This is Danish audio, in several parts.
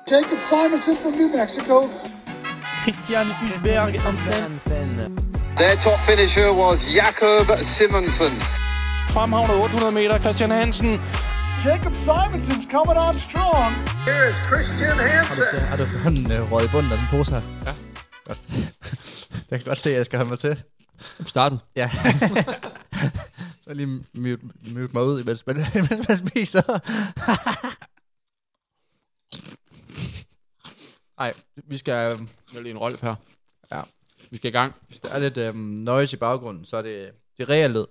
Jacob Simonson from New Mexico. Christian Hulberg Hansen. Their top finisher was Jakob Simonsen. Fremhavnet 800 meter, Christian Hansen. Jacob Simonson's coming on strong. Here is Christian Hansen. Har du efterhånden røget i bunden af den pose her? Ja. Godt. Jeg kan godt se, at jeg skal holde mig til. Startet. Ja. Så lige mute mig ud, imens man spiser. Ej, vi skal... Jeg er lige en Rolf her. Ja. Vi skal i gang. Hvis der er lidt noise i baggrunden, så er det reelt lyd.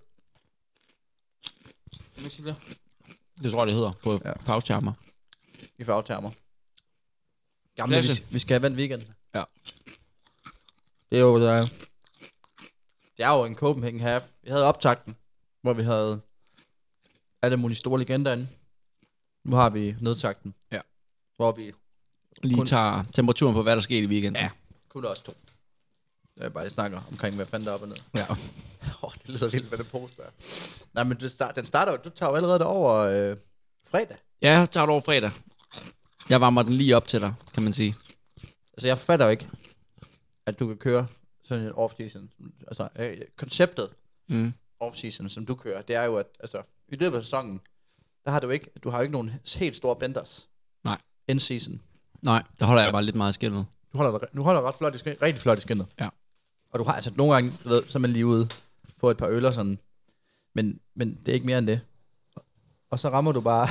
Det tror jeg, det hedder på pausetermer. I fagtermer. Gamle, vi skal have vendt weekenden. Ja. Det er jo... Det er jo en Copenhagen Half. Vi havde optakten, hvor vi havde alle mulige store legender inde. Nu har vi nedtakten. Ja. Hvor vi Lige tager temperaturen på, hvad der skete i weekenden. Ja, kun også to. Jeg bare lige snakker omkring, hvad fanden der op og ned. Ja. Det lyder vildt med den pose der. Nej, men den starter jo, du tager jo allerede over fredag. Ja, jeg tager det over fredag. Jeg varmer den lige op til dig, kan man sige. Altså, jeg fatter jo ikke, at du kan køre sådan en off-season. Altså, konceptet off-season, som du kører, det er jo, at altså, i løbet af sæsonen, der har du har jo ikke nogen helt store benders. Nej. In-season. Nej, der holder jeg bare lidt meget skældet. Du holder ret flot i skinnet, rigtig flot i skinnet. Ja. Og du har altså nogle gange, du ved, så er man lige ude, få et par øl og sådan. Men det er ikke mere end det. Og så rammer du bare...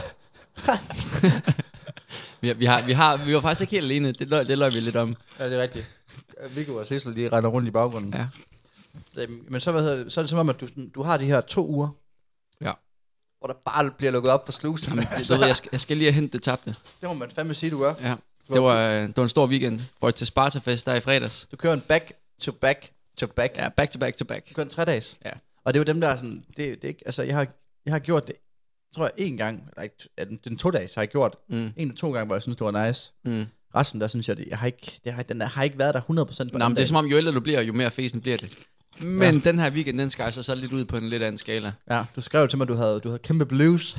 vi var faktisk ikke helt alene. Det løg vi lidt om. Ja, det er rigtigt. Viggo og Cecil, de render rundt i baggrunden. Ja. Men så er det som om, at du har de her 2 uger. Ja. Hvor der bare bliver lukket op for slusen. Jeg skal lige have hentet det tabte. Det må man fandme sige, du gør. Ja. Det var en stor weekend. Hvor til Sparta-fest der i fredags. Du kører en back-to-back. Ja, back-to-back. Du kører en 3-dages. Ja. Og det er jo dem, der er sådan... Det er ikke... Altså, jeg har gjort det, tror jeg, 1 gang. Eller den 2-dages har jeg gjort. 1 eller 2 gange, hvor jeg synes, det var nice. Resten, der synes jeg, den har ikke været der 100% på. Nej, men det er som om, jo ældre du bliver, jo mere fesen bliver det. Men den her weekend, den skal så lidt ud på en lidt anden skala. Ja, du skrev til mig, at du havde kæmpe blues.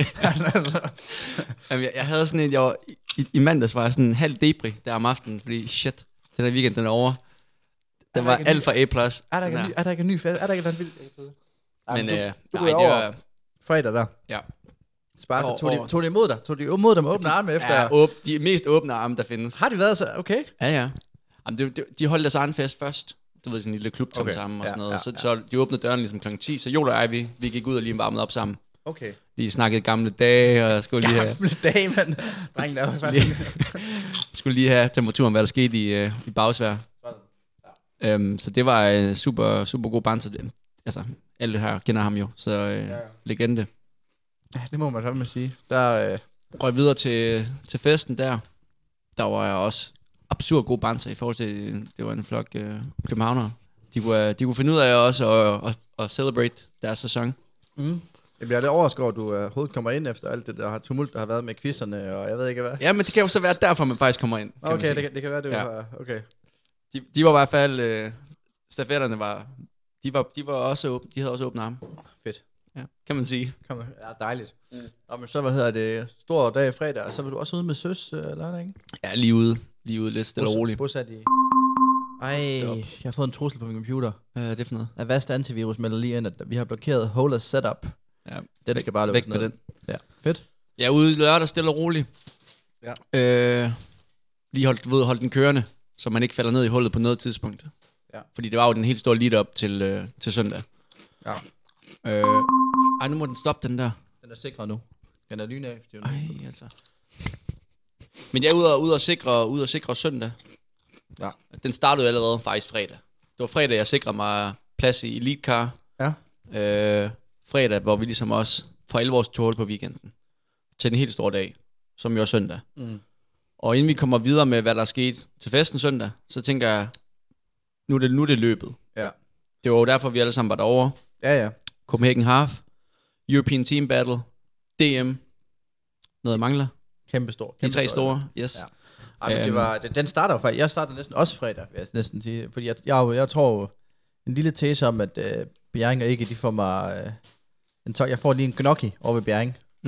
Jamen, jeg havde sådan en, i mandags var jeg sådan en halv debri der om aftenen, fordi shit, den her weekend, den er over. Den var alt for A+. Er der ikke en ny fest? Er der ikke en vild? Men nej, det var... Fredag der. Ja. Sparta, tog de imod dig? Tog de imod dig med åbne arme efter? Ja, de mest åbne arme, der findes. Har de været så? Okay. Ja. Jamen, de holdt deres egen fest først. Du ved, sådan en lille klub sammen og sådan noget. Så de åbnede døren ligesom kl. 10, så Joel og jeg, vi gik ud og lige varmede op sammen. Okay. De snakkede gamle dage, og skulle lige have... Gamle dage, mand. Drengen der også. Skulle lige have temperaturen, hvad der skete i bagsvær. Så det var super, super god banser. Altså, alle her kender ham jo, så legende. Ja, det må man fandme sige. Der røg videre til festen der. Der var jeg også absurd god banser i forhold til, det var en flok københavnere. De kunne finde ud af også at celebrate deres sæson. Jeg bliver lidt overrasket over, at du overhovedet kommer ind efter alt det der tumult, der har været med quizzerne, og jeg ved ikke hvad. Ja, men det kan jo så være derfor, man faktisk kommer ind. Okay, det kan være, det var... Okay. De var i hvert fald... stafetterne var... De var også åbne. De havde også åbne arme. Fedt. Ja, kan man sige. Ja, dejligt. Men så, stor dag fredag, og så var du også ude med søs, lørdag, ikke? Ja, lige ude lidt stille og roligt. Bosat i... Ej, jeg har fået en trussel på min computer. Hvad er det for noget? Avast Antivirus melder lige ind, at vi har blokeret Holers setup. Ja, den skal bare lukkes ned. Den. Ja, fedt. Ja, ude lørdag stille og roligt. Ja. Lige holdt den kørende, så man ikke falder ned i hullet på noget tidspunkt. Ja. Fordi det var jo den helt store lead-up til søndag. Ja. Ej, nu må den stoppe, den der. Den er sikret nu. Den er lyneffektiv nu. Ej, altså. Men jeg er ude og sikre søndag. Ja. Den startede allerede faktisk fredag. Det var fredag, jeg sikrede mig plads i Elite Car. Ja. Fredag, hvor vi ligesom også får alle vores tål på weekenden. Til den helt store dag, som jo er søndag. Og inden vi kommer videre med, hvad der er sket til festen søndag, så tænker jeg, nu er det løbet. Ja. Det var jo derfor, vi alle sammen var derovre. Ja. Copenhagen Half, European Team Battle, DM, noget mangler. Kæmpe stor. De 3 store, yes. Ja. Ej, men den starter jo faktisk. Jeg starter næsten også fredag, vil jeg næsten sige. Fordi jeg tror en lille tese om, at Bjerring og ikke, de får mig... jeg får lige en gnocchi over ved Bjerring.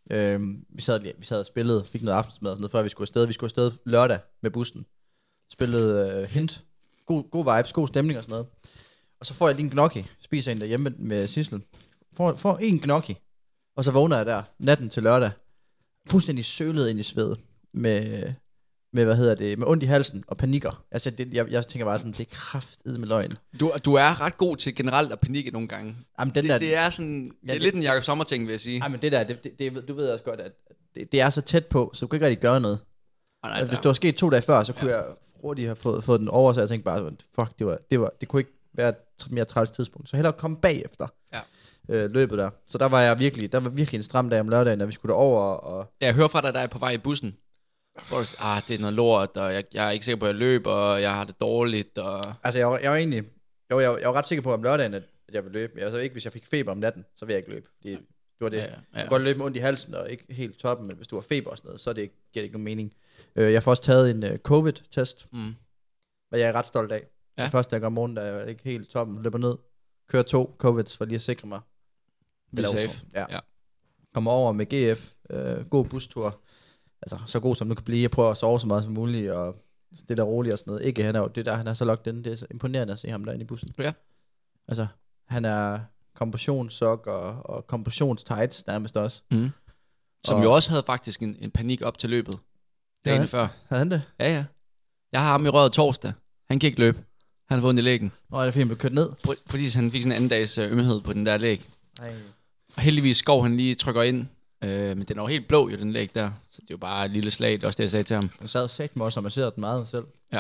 Vi sad og spillede, fik noget aftensmad og sådan noget, før vi skulle afsted. Vi skulle afsted lørdag med bussen. Spillede hint. God vibes, god stemning og sådan noget. Og så får jeg lige en gnocchi. Spiser en derhjemme med Sissel. Får en gnocchi. Og så vågner jeg der natten til lørdag. Fuldstændig sølet ind i sved. Med med ondt i halsen og panikker. Altså, jeg tænker bare sådan, det er kraftedeme med løgn. Du er ret god til generelt at panikke nogle gange. Jamen, det er sådan, det er lidt en Jakob Sommer-ting, vil jeg sige. Jamen, det der, du ved også godt, at det er så tæt på, så du kan ikke rigtig gøre noget. Nej, hvis det var sket 2 dage før, så kunne jeg hurtigt have fået den over, så jeg tænkte bare, fuck, det kunne ikke være et mere træls tidspunkt. Så hellere komme bagefter løbet der. Så der var virkelig en stram dag om lørdagen, når vi skulle derover. Og jeg hører fra dig, der er på vej i bussen. Hvor du siger, det er noget lort, og jeg er ikke sikker på, at jeg løber, og jeg har det dårligt. Og... Altså, jeg var egentlig... Jeg var ret sikker på om lørdagen, at jeg ville løbe. Altså ikke, hvis jeg fik feber om natten, så ville jeg ikke løbe. Fordi det var det. Ja. Du kan godt løbe med ondt i halsen, og ikke helt toppen, men hvis du har feber og sådan noget, så giver det ikke nogen mening. Jeg får også taget en covid-test, hvad jeg er ret stolt af. Det første, jeg gør om morgenen, der er ikke helt toppen, løber ned, kører 2 covids, for lige at sikre mig. Be safe. Ja. Kommer over med GF, god bustur. Altså, så god som du kan blive. Jeg prøver at sove så meget som muligt, og det der roligt og sådan noget. Ikke, han er så locked in. Det er så imponerende at se ham derinde i bussen. Ja. Altså, han er kompressionssok og kompressionstights nærmest også. Som jo også havde faktisk en panik op til løbet. Dagen før. Havde han det? Ja. Jeg har ham i røret torsdag. Han kan ikke løbe. Han har fået ondt i lægen. Nå, er det fordi, han blev kørt ned? Fordi han fik sådan en anden dags ømhed på den der læg. Og heldigvis skov han lige trykker ind. Men den er jo helt blå jo, den læg der. Så det er jo bare et lille slag, det er også det, jeg sagde til ham. Han sad sagt mig også, og masserede den meget selv. Ja.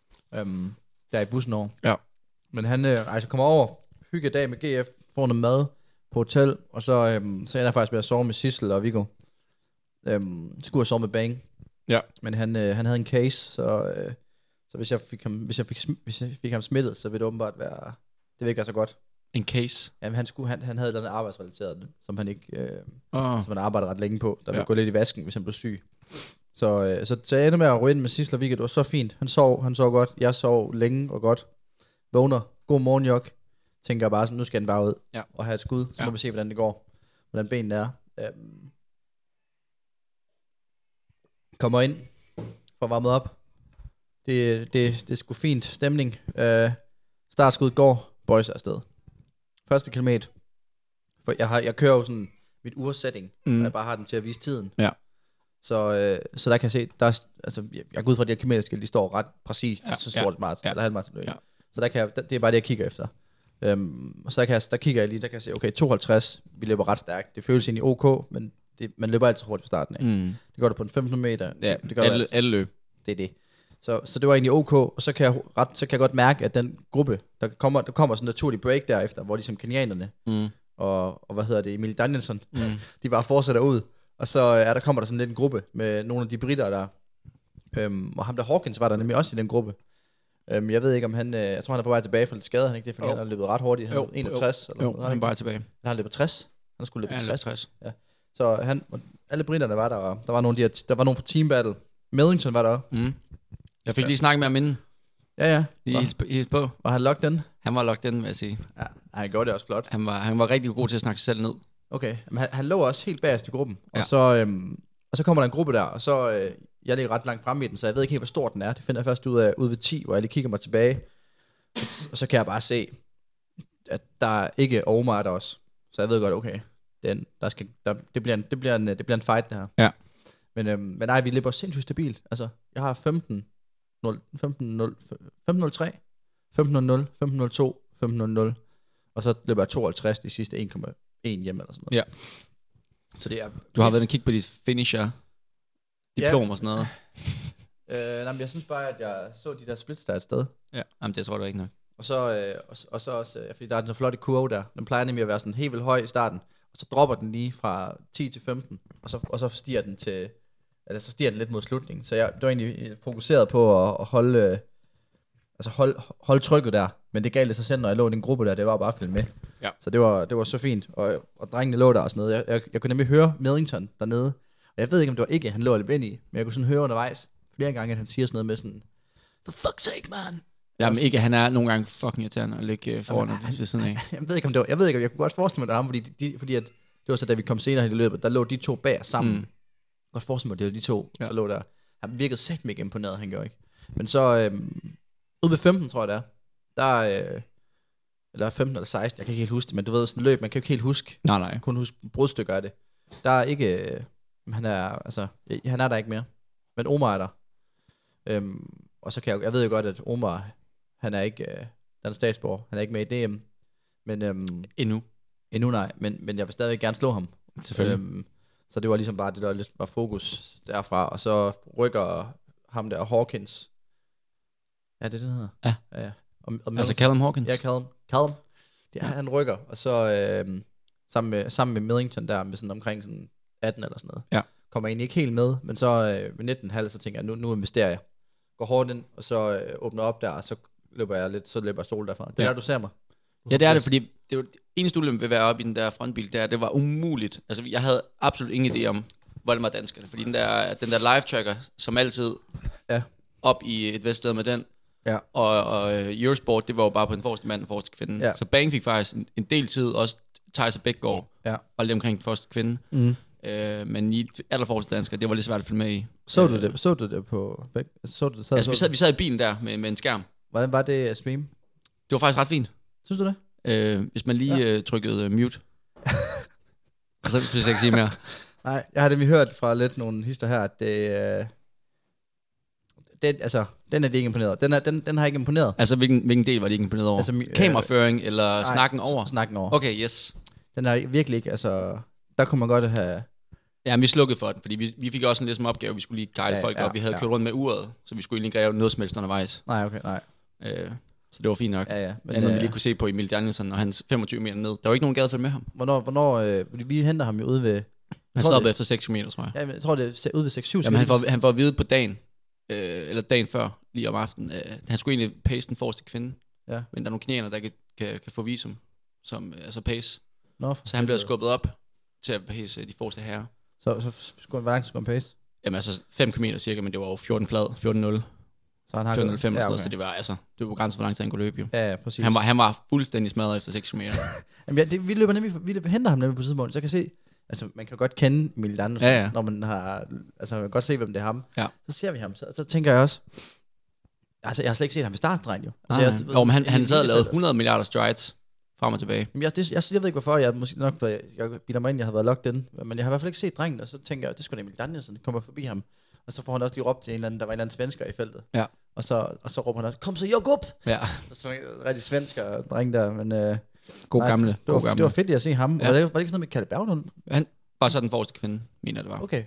Der i bussen over. Ja. Men han kommer over, hygge dag med GF, får noget mad på hotel, og så ender jeg faktisk med at sove med Sissel og Viggo. Skulle jeg sove med Bang. Ja. Men han havde en case, så hvis jeg fik ham smittet, så ville det åbenbart være, det ville ikke være så godt. En case? Jamen han havde noget arbejdsrelateret, som han ikke, som han arbejdede ret længe på. Der ville gå lidt i vasken, hvis han blev syg. Så jeg endte med at ryge ind med Sissel og Viggo. Det var så fint. Han sov godt. Jeg sov længe og godt. Vågner. God morgenjok. Tænker bare sådan, nu skal han bare ud og have et skud. Så må vi se, hvordan det går. Hvordan benene er. Kommer ind. Får varmet op. Det er sgu fint. Stemning. Startskuddet går. Boys er afsted. Første kilometer. For jeg kører jo sådan mit ursætning. Jeg bare har den til at vise tiden. Ja. Så der kan jeg se, jeg går ud fra, at de her kilometerskilte, de står ret præcist, så stort et maraton, eller halvmaraton. Ja. Så det er bare det, jeg kigger efter. Og så der kigger jeg lige, der kan jeg se, okay, 52, vi løber ret stærkt. Det føles egentlig ok, men man løber altid hurtigt fra starten af. Det gør det på en 1500 meter. Ja, det gør alle løb. Det er det. Så det var egentlig ok, og så kan jeg godt mærke, at den gruppe, der kommer sådan en naturlig break derefter, hvor de som kenianerne, og Emil Danielson, de bare fortsætter ud. Og så kommer der sådan lidt en gruppe med nogle af de britter der. Og ham der Hawkins var der nemlig også i den gruppe. Jeg ved ikke om han, jeg tror han er på vej tilbage fra lidt skade, han ikke det, fordi han har løbet ret hurtigt. Han 61 eller sådan noget. Han er bare tilbage. Han løbet 60. Han skulle løbe 60. Ja. Så alle britterne var der, og der var nogle på Team Battle. Millington var der. Jeg fik lige snakket med ham inden. Ja. Lige hils på. Var han locked in? Han var locked in, vil jeg sige. Ja, han gjorde det også flot. Han var rigtig god til at snakke sig selv ned. Okay, men han lå også helt bagerst i gruppen. Ja. Og så kommer der en gruppe der, og så jeg ligger ret langt fremme i den, så jeg ved ikke helt, hvor stor den er. Det finder jeg først ud af ude ved 10, hvor jeg lige kigger mig tilbage. Og så kan jeg bare se, at der ikke er Omar der også. Så jeg ved godt, okay, det bliver en fight, det her. Ja. Men nej, vi løber sindssygt stabilt. Altså, jeg har 15.03, 15.00, 15.02, 15.00, og så løber jeg 52 de sidste 1,1 hjem eller sådan noget. Ja. Så det er... Du har været en kig på dit finisher, diplom og sådan noget. Jeg synes bare, at jeg så de der splits der et sted. Ja, jamen det tror jeg ikke nok. Og så også, fordi der er den flotte kurve der. Den plejer nemlig at være sådan helt vildt høj i starten, og så dropper den lige fra 10 til 15, og så stiger den til... Altså, så stiger den lidt mod slutningen. Så jeg var egentlig fokuseret på at holde trykket der. Men det galt sig selv, når jeg lå i den gruppe der, det var bare at følge med. Ja. Så det var så fint. Og drengene lå der og sådan noget. Jeg kunne nemlig høre Millington dernede. Og jeg ved ikke, om det var ikke, han lå lidt ind i. Men jeg kunne sådan høre undervejs flere gange, at han siger sådan noget med sådan, for fuck's sake, man. Jamen ikke, han er nogle gange fucking irriterende at ligge foran ved siden af. Jeg ved ikke, om jeg kunne godt forestille mig, det var ham, fordi at Det var så, da vi kom senere i løbet, der lå de to bag sammen. Godt forestille mig, det var de to, der lå der. Han virkede satme ikke imponeret, han gjorde ikke. Men så, ude ved 15, tror jeg der, eller 15 eller 16, jeg kan ikke helt huske det, men du ved, sådan løb, man kan jo ikke helt huske. Nej. Kun huske brudstykker af det. Der er ikke, han er der ikke mere. Men Omar er der. Og så kan jeg ved jo godt, at Omar, han er ikke, han er statsborger, han er ikke med i DM. Men, endnu nej, men jeg vil stadig gerne slå ham. Selvfølgelig. Så det var ligesom bare det, der lidt var fokus derfra. Og så rykker ham der Hawkins. Ja, det hedder. Ja. Altså Callum Hawkins? Ja, Callum. Han rykker, og så sammen med Millington der, med sådan omkring sådan 18 eller sådan noget. Ja. Kommer egentlig ikke helt med, men så ved 19,5, så tænker jeg, nu investerer jeg. Går hårdt ind, og så åbner op der, og så løber jeg stol derfra. Det er der, du ser mig. Ja, det er det, fordi det var det eneste ulempe ved at være oppe i den der frontbil, det var umuligt. Altså, jeg havde absolut ingen idé om, hvordan var danskerne, fordi den der live tracker, som altid op i et veststed med den, og Eurosport, det var jo bare på den forreste mand og forreste kvinde. Så Bang fik faktisk en del tid, også Thijs og Bækgaard, var lidt omkring den forreste kvinde. Men i allerforreste dansker, det var lidt svært at følge med i. Så du det på Bæk? Vi sad i bilen der med en skærm. Hvordan var det at streame? Det var faktisk ret fint. Synes du det? Hvis man lige trykkede mute. Så vil jeg ikke sige mere. Nej, jeg har nemlig hørt fra lidt nogle hister her, at den er de ikke imponeret. Den har ikke imponeret. Altså, hvilken del var de ikke imponeret over? Altså, kameraføring eller snakken over? Snakken over. Okay, yes. Den er virkelig ikke, altså, der kunne man godt have... Ja, men vi slukkede for den, fordi vi fik også en lidt som opgave, vi skulle lige guide folk op. Vi havde kørt rundt med uret, så vi skulle egentlig ikke lave noget som helst undervejs. Nej. Så det var fint nok. Ja. Men vi lige kunne se på Emil Danielsen og hans 25 meter ned. Der var ikke nogen gade for med ham. Hvornår vi henter ham jo ude ved... Han stoppede efter 6 meter, tror jeg. Ja, jeg tror, det er ude ved 6-7. Jamen, han får at vide på dagen, eller dagen før, lige om aftenen. Han skulle egentlig pace den forreste kvinde. Ja. Men der er nogle knæner, der kan få visum, som altså pace. Så han bliver skubbet op til at pace de forreste herrer. Så hvor langt skulle han pace? Jamen altså 5 km cirka, men det var jo 14 flad, 14-0. Så han har 14-05 så det var på grænsen, hvor langt han kunne løbe jo. Ja, præcis. Han var fuldstændig smadret efter 6 km. Jamen, vi henter ham nemlig på tidspunkt, så jeg kan se, altså man kan godt kende Emil Danielsen, når man har, altså man kan godt se, hvem det er ham. Ja. Så ser vi ham, så tænker jeg også, altså jeg har slet ikke set ham ved startdreng jo. Altså, men han sad og lavede 100 milliarder strides frem og tilbage. Jamen, jeg ved ikke hvorfor, jeg måske nok, for jeg bilder mig ind, jeg har været locked in, men jeg har i hvert fald ikke set drengen, og så tænker jeg, det skulle Emil Danielsen, kommer forbi ham. Og så får han også lige råbt til en eller anden, der var en eller anden svensker i feltet. Ja. Og så råber han også, kom så Jakob! Ja. Så var en rigtig svensker dreng der, men... God gamle. Det var fedt at se ham. Ja. Var det ikke sådan noget med Kalle Berglund? Han var så den forreste kvinde, mener det var. Okay.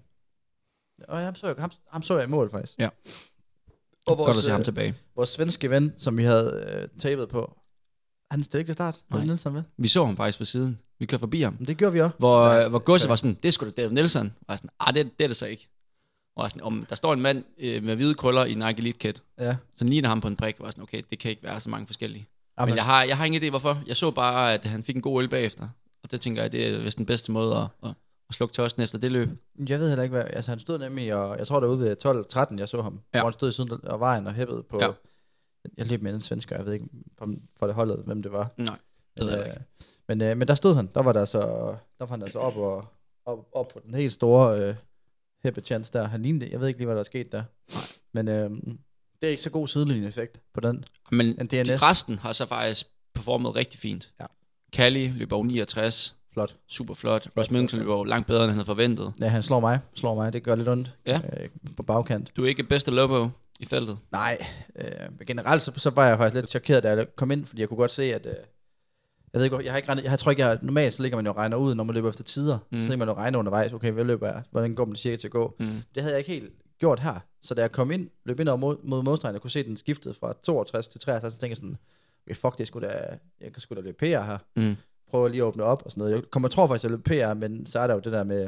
Og ham så jeg i mål faktisk. Ja. Og godt at se ham tilbage. Vores svenske ven, som vi havde tapet på, han stillede ikke til start. Nej. Vi så ham faktisk ved siden. Vi kørte forbi ham. Men det gjorde vi også. Hvor Godse var sådan, det skulle da David Nielsen. Og jeg sådan, det er det så ikke. Og sådan, der står en mand med hvide krøller i Nike Elite Kit. Ja. Så ligner ham på en prik. Og sådan, okay, det kan ikke være så mange forskellige. Men jeg har ingen idé, hvorfor. Jeg så bare, at han fik en god øl bagefter. Og det tænker jeg, det er vist den bedste måde at slukke tørsten efter det løb. Jeg ved heller ikke, hvad... Altså, han stod nemlig, og jeg tror derude ved 12-13, jeg så ham. Ja. Hvor han stod i siden af vejen og hæppede på... Ja. Jeg løb med en svensker, jeg ved ikke fra det holdet, hvem det var. Nej, det ved jeg ikke. Men der stod han. Der var han altså op på den helt store hæppe-chance der. Han lignede det. Jeg ved ikke lige, hvad der er sket der. Nej. Men det er ikke så god sidelinje-effekt på den. Men resten har så faktisk performet rigtig fint. Ja. Callie løber over 69. Flot. Super flot. Ross Millington løber over langt bedre, end han havde forventet. Ja, han slår mig. Det gør lidt ondt på bagkant. Du er ikke bedste lobo i feltet? Nej. Generelt så var jeg faktisk lidt chokeret, da jeg kom ind, fordi jeg kunne godt se, at... jeg ved ikke, normalt så ligger man jo og regner ud, når man løber efter tider. Så ligger man jo og regner undervejs, okay, hvad løber jeg? Hvordan går man cirka til at gå? Det havde jeg ikke helt gjort her. Så da jeg kom ind, løb ind over mod målstregen, jeg kunne se, den skiftede fra 62 til 63, så tænkte jeg sådan, okay, fuck, jeg kan sgu da løbe PR her. Prøver lige at åbne op og sådan noget. Jeg tror faktisk, at jeg løb PR, men så er der jo det der med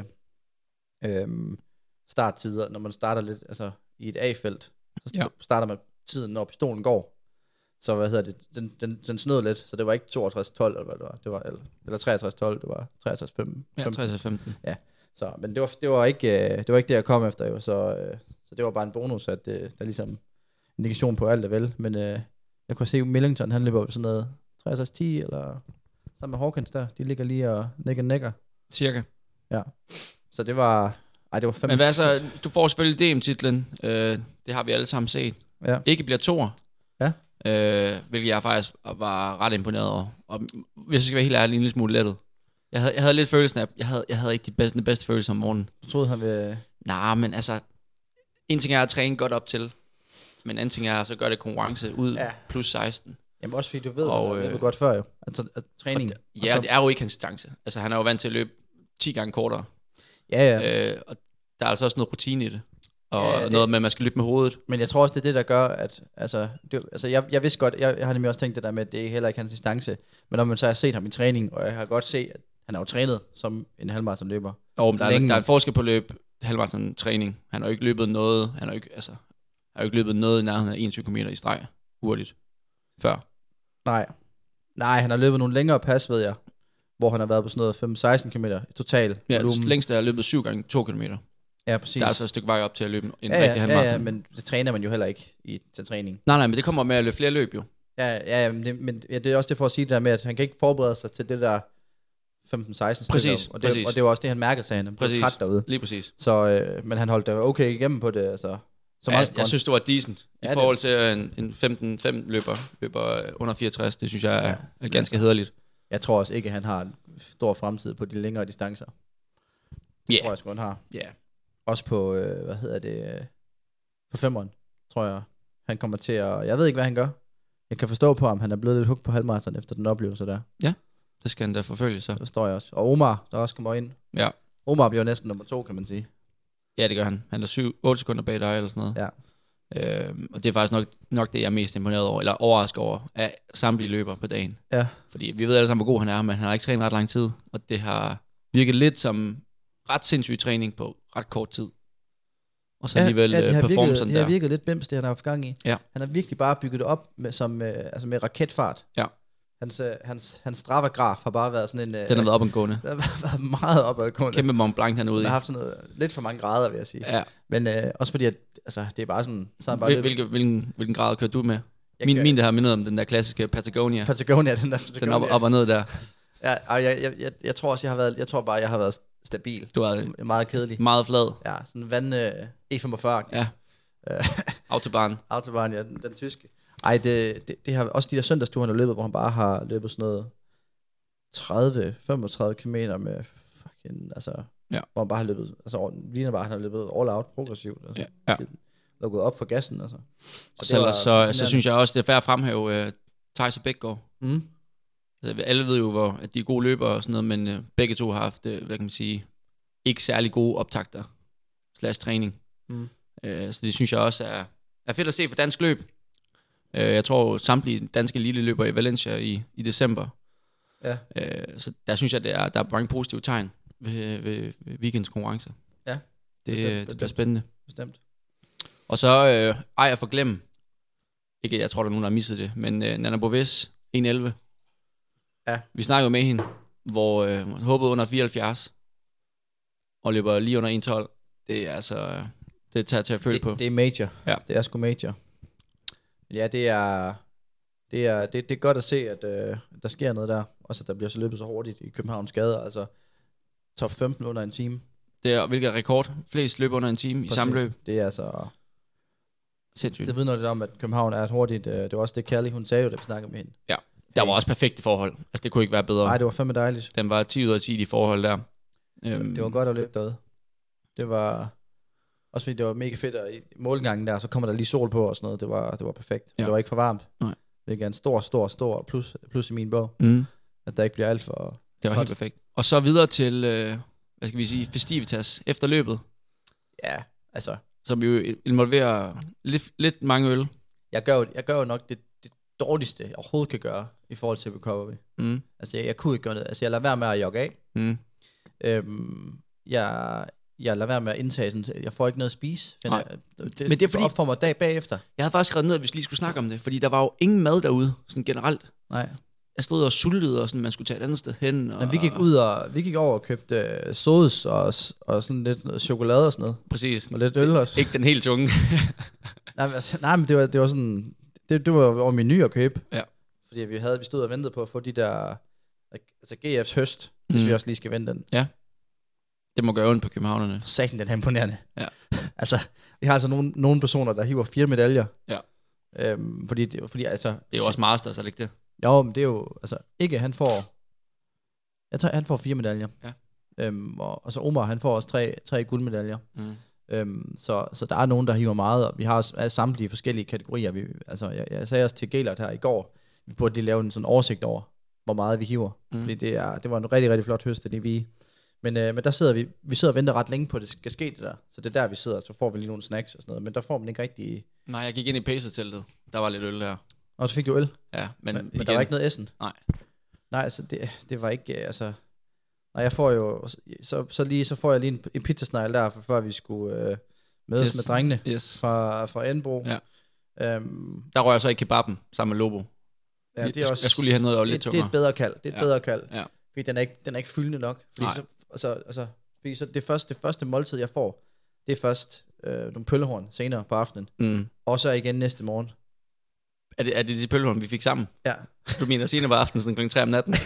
starttider, når man starter lidt, altså i et A-felt, så starter man tiden, når pistolen går. Så den snød lidt, så det var ikke 62-12, eller hvad det var, eller 63-12, det var 63-15. Ja, 63-15. Ja, så, men det var ikke det, jeg kom efter, jo, så det var bare en bonus, at der er ligesom indikation på alt det vel, men jeg kunne se Millington, han løber sådan noget 63-10, eller sammen med Hawkins der, de ligger lige og nækker. Cirka. Så det var... Ej, det var fandme... Men hvad så? Du får selvfølgelig DM-titlen. Det har vi alle sammen set. Ja. Ikke bliver toer. Ja. Hvilket jeg faktisk var ret imponeret over. Og hvis jeg skal være helt ærlig, en lille smule lettet. Jeg havde lidt følelsen af, jeg havde ikke den bedste følelse om morgenen. Du troede, han ville... Nej, men altså, en ting er at træne godt op til, men anden ting er at så gøre det konkurrence ud plus 16. Jamen også fordi du ved, og, det løber godt før jo. Altså træning. Ja, det er jo ikke hans distance. Altså han er jo vant til at løbe 10 gange kortere. Ja. Og der er altså også noget rutine i det. Og noget med, at man skal løbe med hovedet. Men jeg tror også, det er det, der gør, at... jeg vidste godt, jeg har nemlig også tænkt det der med, at det er heller ikke hans distance. Men når man så har set ham i træning, og jeg har godt set, at han er jo trænet som en halvmarathonløber. Og der er en forskel på at løbe halvmarathon træning. Han har jo ikke løbet noget, han har jo ikke løbet noget i nærheden af 21 km i streg hurtigt før. Nej, han har løbet nogle længere pas, ved jeg, hvor han har været på sådan noget 5-16 km i total. Ja, længst er jeg løbet 7 gange 2 km. Ja, præcis. Der er altså et stykke vej op til at løbe en rigtig halvmarathon. Ja, men det træner man jo heller ikke til træning. Nej, men det kommer med at løbe flere løb jo. Ja, men det er også det for at sige det der med, at han kan ikke forberede sig til det der 15-16 stykker. Præcis. Og det var også det, han mærkede, sagde han. Han blev træt derude. Lige præcis. Så, men han holdt det okay igennem på det, altså. Jeg synes, det var decent. I forhold til en 15-5 løber under 64, det synes jeg er ganske hæderligt. Jeg tror også ikke, at han har en stor fremtid på de længere distancer. Det tror jeg sgu, han har. Ja. Også på, på 5'eren, tror jeg, han kommer til at... Jeg ved ikke, hvad han gør. Jeg kan forstå på ham, han er blevet lidt hooked på halvmarathon efter den oplevelse der. Ja, det skal han da forfølge så. Det forstår jeg også. Og Omar, der også kommer ind. Ja. Omar bliver næsten nummer 2, kan man sige. Ja, det gør han. Han er 8 sekunder bag dig eller sådan noget. Ja. Og det er faktisk nok det, jeg er mest imponeret over, eller overrasket over, af samtlige løber på dagen. Ja. Fordi vi ved alle sammen, hvor god han er, men han har ikke trænet ret lang tid, og det har virket lidt som ret sindssyg træning på ret kort tid. Og så alligevel performe sådan der. Det har virket lidt bims, det han har haft gang i. Ja. Han har virkelig bare bygget det op med raketfart. Ja. Hans Strava-graf har bare været sådan en... Den har været opadgående. Den har været meget opadgående. Kæmpe Mont Blanc hernede i. Den har haft sådan noget, lidt for mange grader, vil jeg sige. Ja. Men også fordi, at det er bare sådan... Så bare hvilken grad kører du med? Min der har mindet om den der klassiske Patagonia. Den op og ned der. Ja, jeg tror også, jeg har været stabil. Du er meget kedelig. Meget flad. Ja, sådan E45. Ja. Autobahn, ja, den tyske. Ej, det har også de der søndagsture, han har løbet, hvor han bare har løbet sådan noget 30-35 kilometer med fucking, altså, hvor han bare har løbet, altså, ligner bare, han har løbet all out progressivt, altså. Ja. Og gået op for gassen, altså. Så synes jeg også, det er fair at fremhæve Thijs og Bækgaard. Altså, alle ved jo, at de er gode løbere og sådan noget, men begge to har haft, hvad kan man sige, ikke særlig gode optakter / træning. Så det synes jeg også er fedt at se for dansk løb. Jeg tror samtlige danske lille løber i Valencia i december. Ja. Så der synes jeg, der er mange positive tegn ved weekends konkurrence. Ja. Det bliver spændende. Bestemt. Og så ej jeg forglemme. Ikke, jeg tror, der er nogen, der har misset det, men Nana Boves 1.11. Ja. Vi snakkede jo med hende, hvor hun håbede under 74 og løber lige under 1.12. Det er altså, det tager til at føle på. Det er major. Ja. Det er sgu major. Ja, det er godt at se, at der sker noget der. Også at der bliver så løbet så hurtigt i Københavns gader. Altså top 15 under en time. Det er hvilket rekord? Flest løb under en time i samme løb. Det er altså sindssygt. Det vidner lidt om, at København er et hurtigt. Det var også det, Kelly, hun sagde jo, da vi snakkede med hende. Ja, der var også perfekte forhold. Altså det kunne ikke være bedre. Nej, det var fandme dejligt. Den var 10 ud af 10 i forhold der. Det var godt at løbe derude. Det var også fordi det var mega fedt, og i målgangen der, så kommer der lige sol på og sådan noget. Det var perfekt. Ja. Det var ikke for varmt. Nej. Det er en stor plus i min bog. At der ikke bliver alt for... Det var helt perfekt. Og så videre til, hvad skal vi sige, festivitas efter løbet. Ja, altså... Som jo involverer lidt mange øl. Jeg gør jo nok det dårligste, jeg overhovedet kan gøre, i forhold til recovery. Altså, jeg kunne ikke gøre det. Altså, jeg lader være med at jogge af. Jeg lader være med at indtage sådan, jeg får ikke noget at spise. Men det er fordi, op for mig dag bagefter. Jeg havde faktisk skrevet ned, at vi lige skulle snakke om det, fordi der var jo ingen mad derude, sådan generelt. Nej. Jeg stod og sultede, og sådan, man skulle tage et andet sted hen. Og... Men vi gik over og købte sauce og sådan lidt chokolade og sådan noget. Præcis. Og lidt øl også. Ikke den helt tunge. nej, men det var sådan, det var over menu at købe. Ja. Fordi vi stod og ventede på at få de der, altså GF's høst, hvis vi også lige skal vente den. Ja. Det må gøre ondt på københavnerne. Satan, den er imponerende. Ja. Altså, vi har altså nogle personer, der hiver 4 medaljer. Ja. Fordi altså... Det er jo også Masters, er det ikke det? Jo, men det er jo... Altså, ikke han får... Jeg tror, han får 4 medaljer. Ja. Og så Omar, han får også 3 guldmedaljer. Så der er nogen, der hiver meget, og vi har samtlige forskellige kategorier. Jeg sagde også til Gælert her i går, vi burde lige lave en sådan oversigt over, hvor meget vi hiver. Fordi det var en rigtig, rigtig flot høst, det vi. Men der sidder vi sidder og venter ret længe på, at det skal ske det der. Så det er der, vi sidder, så får vi lige nogle snacks og sådan noget. Men der får man ikke rigtig... Nej, jeg gik ind i Pacer-teltet. Der var lidt øl der. Og så fik du øl? Ja, men der var ikke noget essen? Nej. Nej, altså det var ikke... Nej, jeg får jo... Så får jeg lige en pizzasnegl der, før vi skulle mødes med drengene fra Enbro. Ja. Der røg jeg så i kebaben sammen med Lobo. Ja, det er også, jeg skulle lige have noget lidt tungere. Det er et bedre kald. Det er et bedre kald. Ja. Fordi den er ikke fyldende nok. Fordi så det første måltid, jeg får, det er først nogle pøllehorn senere på aftenen. Og så igen næste morgen. Er det de pøllehorn, vi fik sammen? Ja. Så du mener senere på aftenen, sådan kl. 3 om natten?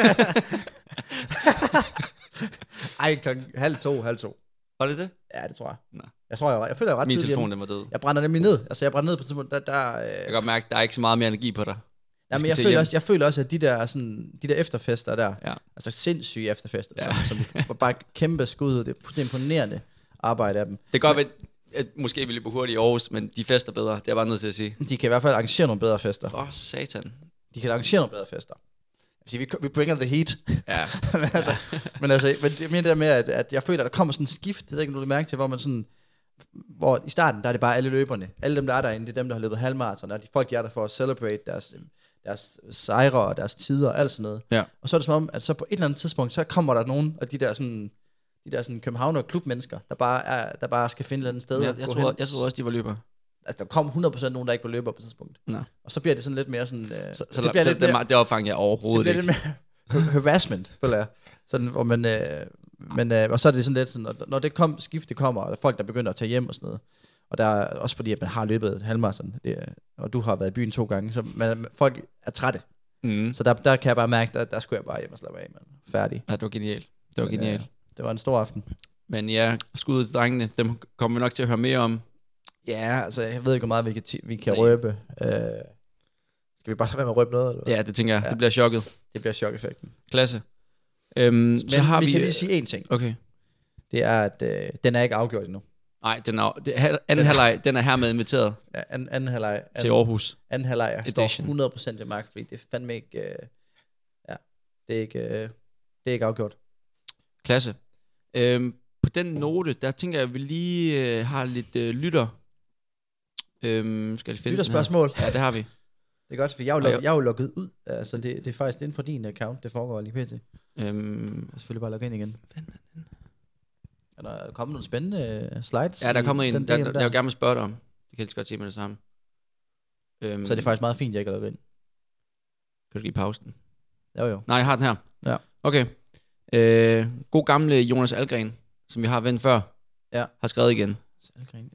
Ej, klokken 1:30. Var det det? Ja, det tror jeg. Nej. Jeg føler jeg ret tidligt. Min telefon, den var død. Jeg brænder nemlig ned. Altså, jeg brænder ned på tidspunkt, jeg kan godt mærke, der er ikke så meget mere energi på dig. Ja, men jeg føler også, at de der efterfester der, altså sindssyge efterfester, som var bare kæmpe skud, det er fuldstændig imponerende arbejde af dem. Det kan godt være, at måske vi løber hurtigt i Aarhus, men de fester bedre, det er jeg bare nødt til at sige. De kan i hvert fald arrangere nogle bedre fester. Satan. De kan arrangere nogle bedre fester. Vi bringer the heat. Ja. men det er mere det med, at jeg føler, at der kommer sådan en skift, det ved ikke, om du mærke til, hvor man sådan, hvor i starten, der er det bare alle løberne. Alle dem, der er derinde, det er dem, der har løbet halvmarathon, og de folk, der er der for at celebrate deres sejre og deres tider og alt sådan noget. Ja. Og så er det som om, at så på et eller andet tidspunkt, så kommer der nogen af de der sådan københavner klubmennesker, der bare skal finde et eller andet sted. Ja, jeg troede også, de var løbere. Altså, der kom 100% nogen, der ikke var løber på et tidspunkt. Nå. Og så bliver det sådan lidt mere sådan... det opfanger jeg overhovedet ikke. Det bliver lidt mere harassment, føler jeg. Sådan, hvor man... og så er det sådan lidt sådan, når det skifte kommer, og der er folk, der begynder at tage hjem og sådan noget. Og der er også fordi, at man har løbet halvmarathon, og du har været i byen 2 gange, så folk er trætte. Så der kan jeg bare mærke, der skulle jeg bare hjem og slappe af, man. Færdig. Ja, det var genialt. Det var en stor aften. Men ja, skud til drengene, dem kommer vi nok til at høre mere om. Ja, altså jeg ved ikke, hvor meget vi kan røbe. Skal vi bare lade være med at røbe noget? Eller? Ja, det tænker jeg. Ja. Det bliver chokket. Det bliver chok-effekten. Klasse. Men så har vi kan lige sige én ting. Okay. Det er, at den er ikke afgjort endnu. Nej, anden halvleg, den er hermed inviteret. Ja, anden halvleg. Til Aarhus. Anden halvleg står 100% i mark, fordi det er fandme ikke... det er ikke afgjort. Klasse. På den note, der tænker jeg, at vi lige har lidt lytter. Skal jeg finde lytterspørgsmål? Ja, det har vi. Det er godt, for jeg er jo logget ud. Altså, det er faktisk inden for din account, det foregår lige pt. Jeg selvfølgelig bare logge ind igen. Er der kommet nogle spændende slides? Ja, der er kommet en, jeg vil gerne spørge dig om. Det kan jeg lige godt sige med det samme. Så er det faktisk meget fint, jeg ikke har logget ind. Kan du give pausen? Jo. Nej, jeg har den her. Ja. Okay. God gamle Jonas Algren, som vi har vendt før, har skrevet igen. Algren,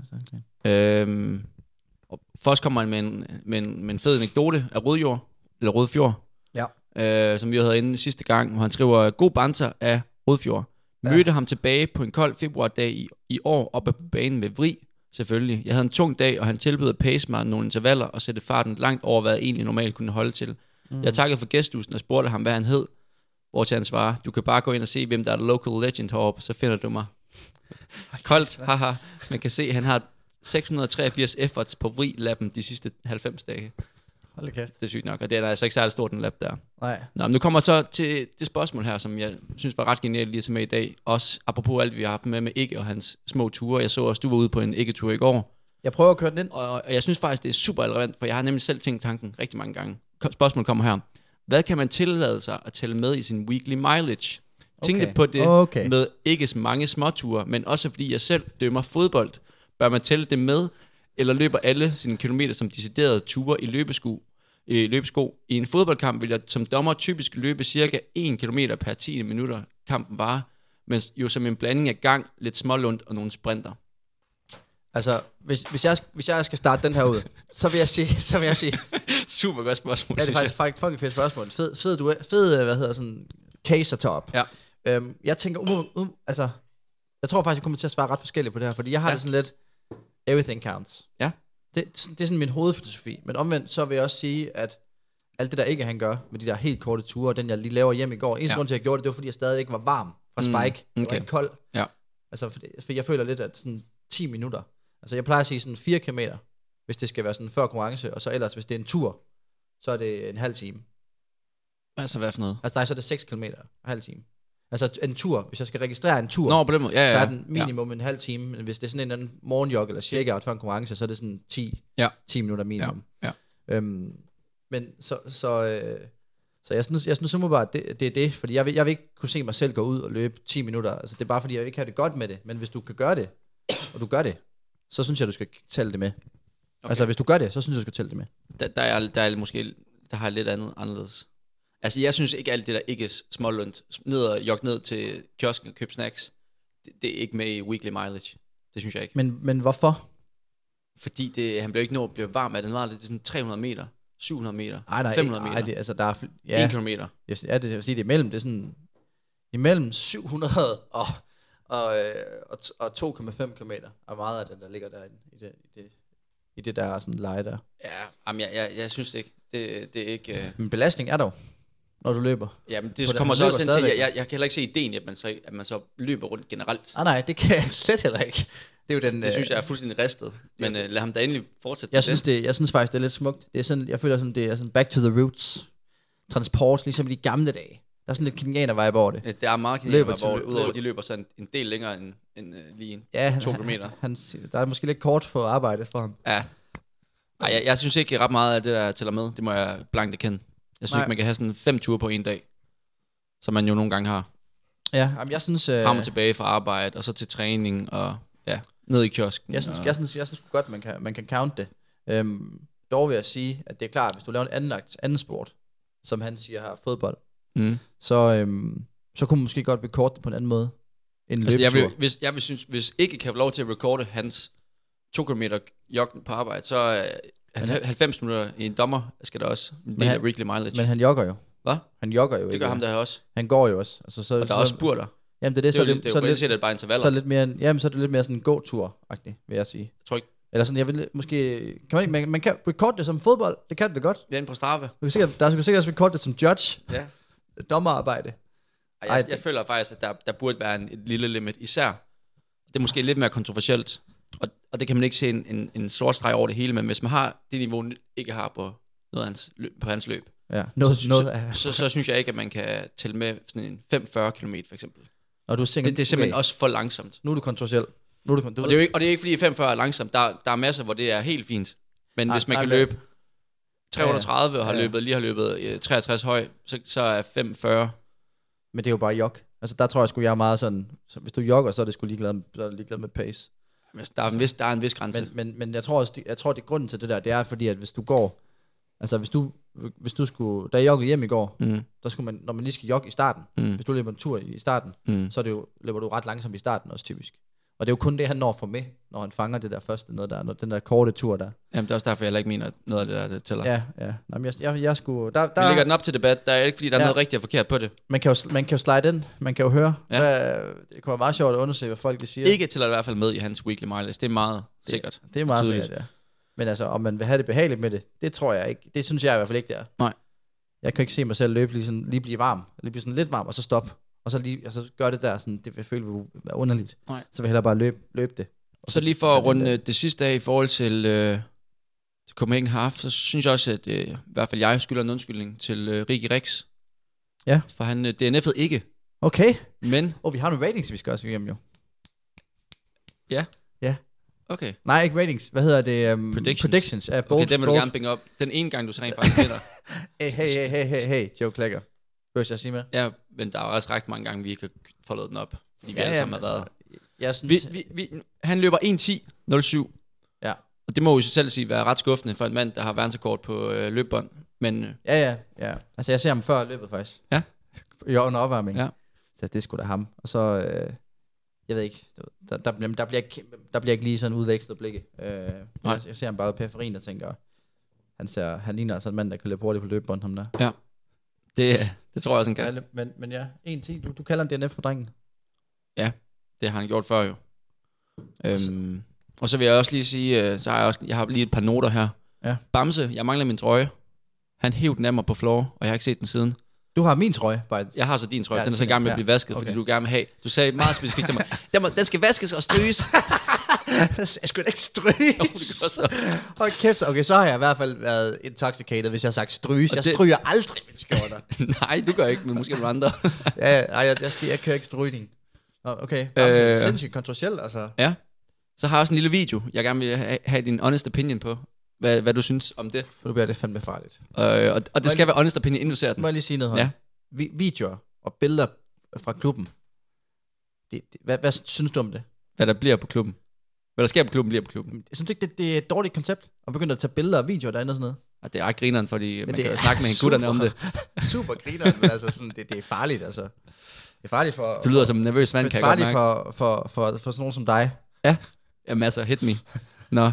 ja. Først kommer han med en fed anekdote af Rødfjord, som vi havde inde sidste gang, hvor han skriver, god banter af Rødfjord. Mødte ham tilbage på en kold februardag i år oppe på banen ved Vrig, selvfølgelig. Jeg havde en tung dag, og han tilbød at pace mig nogle intervaller og sætte farten langt over, hvad jeg egentlig normalt kunne holde til. Jeg takkede for gæsthusen og spurgte ham, hvad han hed. Hvortil han svarer, du kan bare gå ind og se, hvem der er local legend heroppe, så finder du mig. Koldt, haha. Man kan se, at han har 683 efforts på Vrig-lappen de sidste 90 dage. Hold kæft. Det er sygt nok, og det er altså ikke særlig stort en lap der. Nej. Nå, men nu kommer så til det spørgsmål her, som jeg synes var ret genialt lige at tage med i dag. Også apropos alt, vi har haft med Ikke og hans små ture. Jeg så også, du var ude på en Ikke-tur i går. Jeg prøver at køre den ind. Og jeg synes faktisk, det er super relevant, for jeg har nemlig selv tænkt tanken rigtig mange gange. Spørgsmålet kommer her. Hvad kan man tillade sig at tælle med i sin weekly mileage? Tænk på det med ikke mange småture, men også fordi jeg selv dømmer fodbold. Bør man tælle det med, eller løber alle sine kilometer som deciderede ture i løbesko? I en fodboldkamp vil jeg som dommer typisk løbe cirka 1 km per 10 minutter kampen varer, men jo som en blanding af gang, lidt smålund og nogle sprinter. Altså, hvis jeg skal starte den her ud, så vil jeg sige super godt spørgsmål. Ja, det er faktisk fucking fedt spørgsmål. Fed, hvad hedder sådan, case at tage op. Ja. Jeg tænker, altså, jeg tror faktisk, jeg kommer til at svare ret forskelligt på det her, fordi jeg har det sådan lidt, everything counts. Ja. Det er sådan min hovedfilosofi, men omvendt så vil jeg også sige, at alt det der ikke han gør, med de der helt korte ture, og den jeg lige laver hjem i går, eneste grund til at jeg gjorde det, det var fordi jeg stadig var varm fra spike, det var ikke kold. Ja. Altså, for jeg føler lidt, at sådan 10 minutter, altså jeg plejer at sige sådan 4 kilometer, hvis det skal være sådan før konkurrence, og så ellers, hvis det er en tur, så er det en halv time. Altså, hvad for noget? Altså, nej, så er det 6 kilometer, en halv time. Altså, en tur, hvis jeg skal registrere en tur, På den måde. Ja. så er den minimum en halv time, men hvis det er sådan en eller anden morgenjog, eller shakeout før en konkurrence, så er det sådan 10 minutter minimum. Ja. Men så jeg synes umiddelbart, det er det, fordi jeg vil ikke kunne se mig selv gå ud og løbe 10 minutter, altså det er bare fordi, jeg ikke har det godt med det, men hvis du kan gøre det, og du gør det, så synes jeg, du skal tælle det med. Okay. Altså, hvis du gør det, så synes jeg, du skal tælle det med. Der har jeg lidt anderledes. Altså, jeg synes ikke alt det der ikke er smålundt, jogge ned til kiosken og købe snacks, det er ikke med i weekly mileage. Det synes jeg ikke. Men hvorfor? Fordi han bliver ikke bliver varm af det. Det er sådan 300 meter, 700 meter, 500 meter. Det, altså, der er 1 kilometer. Ja, det vil sige, det er imellem, det er sådan, imellem 700 og 2,5 kilometer, og meget af det, der ligger derinde, i det der sådan leje der. Ja, jamen, jeg synes det ikke. Det er ikke... Men belastning er der jo, når du løber. Jamen, det kommer så også ind til, jeg kan heller ikke se ideen, at man så løber rundt generelt. Nej, det kan jeg slet heller ikke. Det er jo den, det synes jeg er fuldstændig ristet, men lad ham da endelig fortsætte. Jeg synes faktisk, det er lidt smukt. Det er sådan, jeg føler sådan, det er sådan back to the roots. Transport, ligesom i de gamle dage. Der er sådan lidt kenianer-vibe over det. Det er meget kenianer-vibe over det, udover de løber sådan en del længere end lige 2 kilometer. Der er måske lidt kort på arbejde for ham. Ja. Ej, jeg synes ikke ret meget af det, der tæller med. Det må jeg blankt erkende. Jeg synes ikke, man kan have sådan 5 ture på en dag, som man jo nogle gange har. Ja, jamen jeg synes... Frem og tilbage fra arbejde, og så til træning, og ned i kiosken. Jeg synes godt, man kan count det. Dog vil jeg sige, at det er klart, at hvis du laver en anden sport, som han siger har fodbold, så kunne man måske godt recorde det på en anden måde end løbetur. Jeg vil synes, hvis ikke kan få lov til at recorde hans 2 km joggen på arbejde, så 90 minutter i en dommer skal der også en del af weekly mileage. Men han jogger jo. Hvad? Han jogger jo. Det gør ham der også. Han går jo også. Altså, og der er også spurter. Jamen det er det. Det er jo bare intervaller. Så er det lidt mere sådan en gåtur-agtig, vil jeg sige. Jeg tror ikke. Eller sådan, jeg vil måske... Man kan recorde det som fodbold. Det kan det godt. Vi er inde på Strava. Der kan sikkert også recorde det som judge. Ja. Dommerarbejde. Jeg føler faktisk, at der burde være et lille limit. Især, det er måske lidt mere kontroversielt. Og det kan man ikke se en sort streg over det hele. Men hvis man har det niveau, ikke har på hans løb. Ja. Så synes jeg ikke, at man kan tælle med sådan en 5-40 km for eksempel. Og du tænker, det er simpelthen også for langsomt. Nu er du kontroversiel. Og det er ikke fordi 540 er langsomt. Der er masser, hvor det er helt fint. Men hvis man kan løbe 330 og lige har løbet 63 høj, så er 540. Men det er jo bare jog. Altså der tror jeg sgu, jeg er meget sådan, så hvis du jogger, så er det sgu ligeglad med pace. Der er en vis grænse. Men jeg tror også, det grunden til det der, det er fordi, at hvis du går, altså hvis du skulle, da jeg joggede hjem i går, der skulle man, når man lige skal jogge i starten, hvis du løber en tur i starten, så er det jo, løber du ret langsomt i starten også typisk. Og det er jo kun det, han når for med, når han fanger det der første, den der korte tur der. Jamen det er også derfor, jeg heller ikke mener, at noget af det der, det tæller. Ja. Jamen, jeg skulle... Vi lægger den op til debat. Der er ikke, fordi der er noget rigtigt og forkert på det. Man kan jo slide ind. Man kan jo høre. Det kommer meget sjovt at undersøge, hvad folk de siger. Ikke tæller i hvert fald med i hans weekly mileage. Det er meget sikkert. Det er meget sikkert, ja. Men altså, om man vil have det behageligt med det, det tror jeg ikke. Det synes jeg i hvert fald ikke, det er. Nej. Jeg kan ikke se mig selv løbe lige blive varm. Lige blive sådan lidt varm, og så stoppe. Og så gør det der, sådan, det vil føle være underligt. Nej. Så vil jeg hellere bare løbe det. Og så lige for at runde det sidste af i forhold til Copenhagen Half, så synes jeg også, at i hvert fald jeg skylder en undskyldning til Ricky Rex. Ja. For han DNF'ede ikke. Okay. Men... vi har nogle ratings, vi skal også igennem jo. Ja. Ja. Okay. Nej, ikke ratings. Hvad hedder det? Predictions. Okay, den vil du gerne binge op. Den ene gang, du så rent faktisk vinder. Hey, Joe Klækker. Behøver jeg sige med? Ja, men der er også ret mange gange, vi ikke har foldet den op. Fordi vi alle sammen har været... Jeg synes... Han løber 1:10.07. Ja. Og det må jo selv sige være ret skuffende for en mand, der har verdensrekord på løbbånd. Men... Ja. Altså, jeg ser ham før løbet faktisk. Ja. Under opvarmning. Ja. Så det er sgu da ham. Og så... jeg ved ikke, der bliver ikke lige sådan udvekslet blikke. Jeg ser ham bare ud på periferien og tænker, han ligner sådan en mand, der kan løbe hurtigt på løbebånd, ham der. Ja. Det tror jeg også, han kan. Men ja, en ting. Du kalder en DNF på drengen. Det har han gjort før jo. Og så vil jeg også lige sige, jeg har lige et par noter her. Ja. Bamse, jeg mangler min trøje. Han hævde den af mig på floor, og jeg har ikke set den siden. Du har min trøje, bare. Jeg har så din trøje. Ja, Den er så i gang med at blive vasket, fordi du gerne vil have. Du sagde meget specifikt til mig, den skal vaskes og stryges. Jeg skulle da ikke stryges. Hold kæft. Okay, så har jeg i hvert fald været intoxicated, hvis jeg har sagt stryges. Jeg stryger aldrig min skjorter. Nej, du gør ikke, men måske nogle andre. Jeg kører ikke strygning. Okay, sindssygt kontroversielt, altså. Ja. Så har jeg også en lille video, jeg gerne vil have din honest opinion på. Hvad du synes om det. For nu bliver det fandme farligt. Og det skal være honest opinion, inden du ser den. Må jeg lige sige noget her? Ja. Videoer og billeder fra klubben. Hvad synes du om det? Hvad der bliver på klubben. Hvad der sker på klubben, bliver på klubben. Jeg synes ikke, det er et dårligt koncept. At begynde at tage billeder og videoer derinde og sådan noget. Og det er ret grineren, fordi man det kan er snakke med gutterne om det. Super grineren, men altså sådan, det er farligt, altså. Det er farligt for... Du lyder som en nervøs mand, kan jeg godt mærke. Det er farligt for sådan nogen som dig. Ja, masser, hit me. Nå,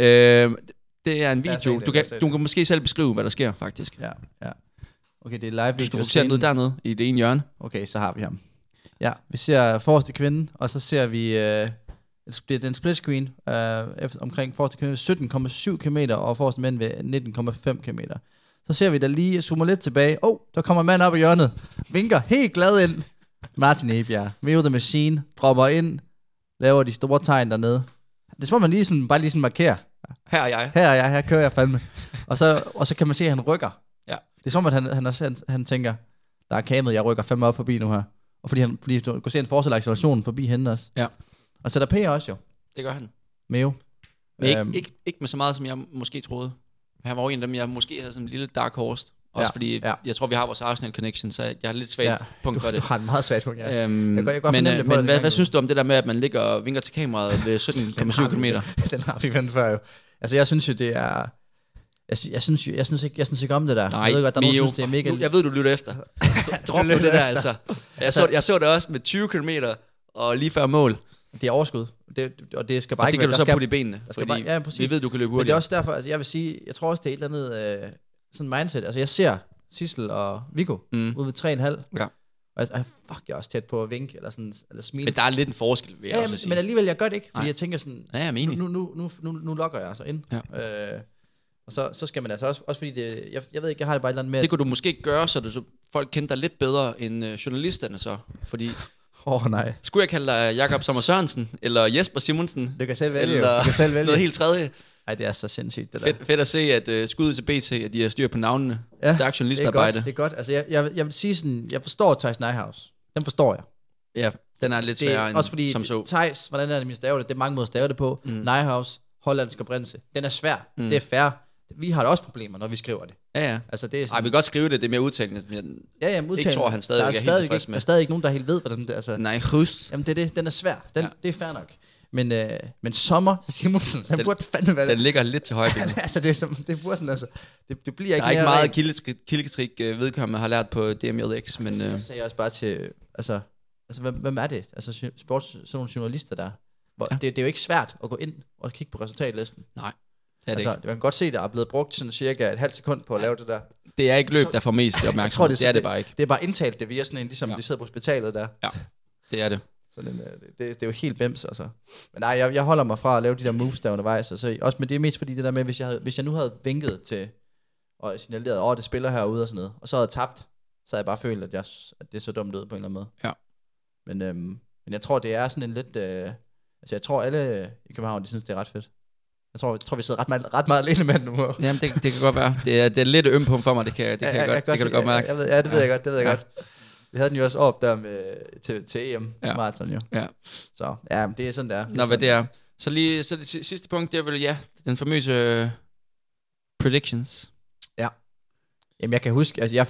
det er en video. Du kan måske selv beskrive, hvad der sker, faktisk. Ja. Okay, det er live. Du skal fokusere ned dernede, i det ene hjørne. Okay, så har vi ham. Ja, vi ser forreste kvinde, og så ser vi den split screen omkring forreste kvinde 17,7 km, og forreste mænd ved 19,5 km. Så ser vi der lige, zoomer lidt tilbage. Der kommer en mand op i hjørnet. Vinker helt glad ind. Martin Ebjerg, Meo the Machine, dropper ind, laver de store tegn dernede. Det er som om man bare lige sådan markerer. Her er jeg. Her kører jeg fandme. Og så kan man se, at han rykker. Ja. Det er som at han tænker, der er kamet, jeg rykker fandme op forbi nu her. Og fordi du kan se, en forestiller accelerationen forbi hende også. Ja. Og så der pærer også jo. Det gør han. Meo. Men ikke med så meget, som jeg måske troede. Han var jo en af dem, jeg måske havde som en lille dark horse. Også fordi, jeg tror, vi har vores Arsenal connection, så jeg har lidt svagt punkt for det. Du har en meget svagt punkt, ja. Men hvad synes du om det der med, at man ligger og vinker til kameraet ved 17,7 km? Den har vi vendt før jo. Altså, jeg synes jo, det er... Jeg synes ikke om det der. Nej, jeg ved godt, der nogen synes, det er mega... Jeg ved, du lytter efter. Drop nu det der, altså. Jeg så det også med 20 km og lige før mål. Det er overskud. Og det skal bare ikke det kan du så putte i benene, fordi vi ved, du kan løbe hurtigt. Men det er også derfor, altså jeg vil sige, jeg tror også, det er et eller andet sådan mindset. Altså jeg ser Sissel og Viggo ude ved 3,5. Ja. Og jeg er også tæt på at vinke eller smile. Men der er lidt en forskel, vil jeg også sige. Men alligevel, jeg gør det ikke, fordi jeg tænker sådan, jeg er enig. Nu logger jeg altså ind. Ja. Og så skal man altså også fordi det, jeg ved ikke, jeg har det bare et eller andet med. Det kunne du måske gøre, så folk kender dig lidt bedre end journalisterne så, fordi... nej. Skulle jeg kalde dig Jakob Sommer Sørensen, eller Jesper Simonsen? Du kan selv vælge. Eller noget helt tredje. Ej, det er så sindssygt, det der. Fedt at se, at skuddet til BT, at de har styr på navnene. Ja, stærkt journalistarbejde. Det er godt. Altså, jeg vil sige sådan, jeg forstår Thijs Nijhuis. Den forstår jeg. Ja, den er lidt sværere end også fordi som så. Thijs, hvordan er det, man staver det? Det er mange måder at stave det på. Nijhuis, hollandsk oprindelse. Den er svær. Det er fair. Vi har da også problemer, når vi skriver det. Ja. Altså, det er sådan... Ej, vi kan godt skrive det er mere udtalende. Jeg ikke tror, han stadig er helt tilfreds med. Der er stadig ikke nogen, der helt ved, hvordan det er. Altså... Nej, hus. Jamen, det er det. Den er svær. Det er fair nok. Men Sommer Simonsen, den burde fandme være... Den ligger lidt til højbenet. Altså, det burde den, altså... Det bliver ikke der er ikke meget kildekritik vedkommende har lært på DMLX, men... Jeg sagde også bare til... Altså hvem er det? Altså, sådan nogle journalister der. Det er jo ikke svært at gå ind og kigge på resultatlisten. Nej. Det man kan godt se, at der er blevet brugt sådan cirka et halvt sekund på at lave det der. Det er ikke løb, der får mest opmærksomhed. Det er det bare ikke. Det er bare indtalt, det via sådan en, ligesom de sidder på hospitalet der. Ja, det er det. Så det er jo helt bims, altså. Men nej, jeg holder mig fra at lave de der moves der undervejs. Altså, også, men det er mest fordi det der med, hvis jeg nu havde vinket til, og signaleret, det spiller herude og sådan noget, og så havde jeg tabt, så havde jeg bare følt, at det er så dumt ud på en eller anden måde. Ja. Men jeg tror, det er sådan en lidt... altså, jeg tror alle i København, de synes, det er ret fedt. Jeg tror vi sidder ret meget alene med den nu. Jamen, det kan godt være. Det er lidt ømpunkt for mig, det kan du godt mærke. Det ved jeg godt. Vi havde den jo også op der med, til EM maraton jo. Ja. Så det er sådan der. Nå, hvad det er. Så det sidste punkt, det er vel, den famøse predictions. Ja. Jamen, jeg kan huske, altså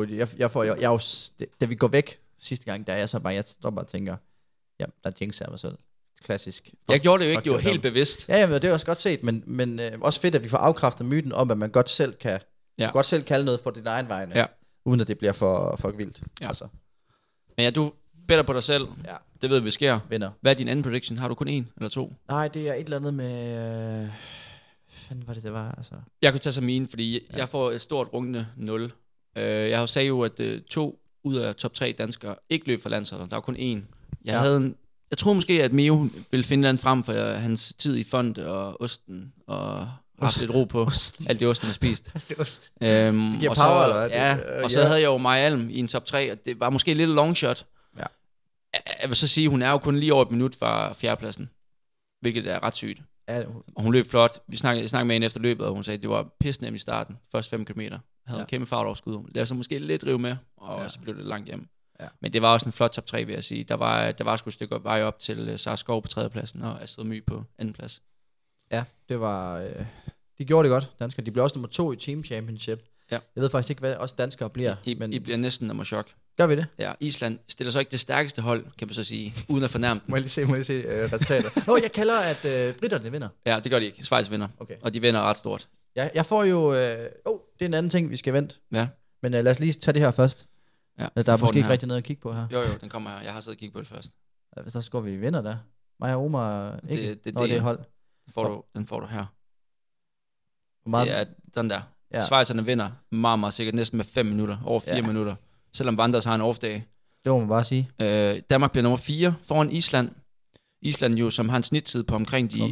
da vi går væk sidste gang, jeg står bare og tænker, der jinxer jeg mig selv. Klassisk. Jeg gjorde det jo ikke, det var helt bevidst. Ja, men det er også godt set, men også fedt, at vi får afkræftet myten om, at man godt selv kan kalde noget på din egen vegne, uden at det bliver for vildt. Ja. Altså. Men du better på dig selv. Ja. Det ved vi sker. Vinder. Hvad er din anden prediction? Har du kun en eller to? Nej, det er et eller andet med... fanden var det var, altså. Jeg kunne tage som mine, fordi jeg får et stort rungende 0. Jeg har sagde jo, at 2 ud af top 3 danskere ikke løb for landsholdet. Der var kun 1. Jeg troede måske, at Mio ville finde den frem for hans tid i fond og osten og haft lidt ro på alt det osten, han spist. Det giver power, eller hvad? Ja, og så havde jeg jo Maja Alm i en top 3, og det var måske et lille long shot. Ja. Jeg vil så sige, hun er jo kun lige over et minut fra fjerdepladsen, hvilket er ret sygt. Ja, og hun løb flot. Jeg snakkede med hende efter løbet, og hun sagde, at det var pisnemt i starten. Første 5 km. Havde en kæmpe fartoverskud. Det var så måske lidt rive med, og så blev det langt hjem. Ja. Men det var også en flot top 3, vil jeg sige. Der var sgu et stykke vej op til Sara Skov på 3. pladsen, og Astrid My på 2. plads. Ja, det var... de gjorde det godt, danskere. De blev også nummer 2 i Team Championship. Ja. Jeg ved faktisk ikke, hvad også danskere bliver. Men I bliver næsten nummer chok. Gør vi det? Ja, Island stiller så ikke det stærkeste hold, kan man så sige, uden at fornærme dem. Må jeg lige se resultater. Jeg kalder, at britterne vinder. Ja, det gør de ikke. Schweiz vinder. Okay. Og de vinder ret stort. Ja, jeg får jo... det er en anden ting, vi skal vente. Ja. Men lad os lige tage det her først. Ja, der er måske ikke rigtig noget at kigge på her. Jo, den kommer her. Jeg har siddet og kigget på det først. Ja, så går vi vinder der. Mig og Omar ikke. Det er hold. Den får du her. Meget... Det er den der. Ja. Schweizerne vinder meget, meget sikkert næsten med 5 minutter. Over 4 minutter. Selvom Vanders har en off-dag. Det må man bare sige. Danmark bliver nummer 4 foran Island. Island jo, som har en snittid på omkring de 1.21.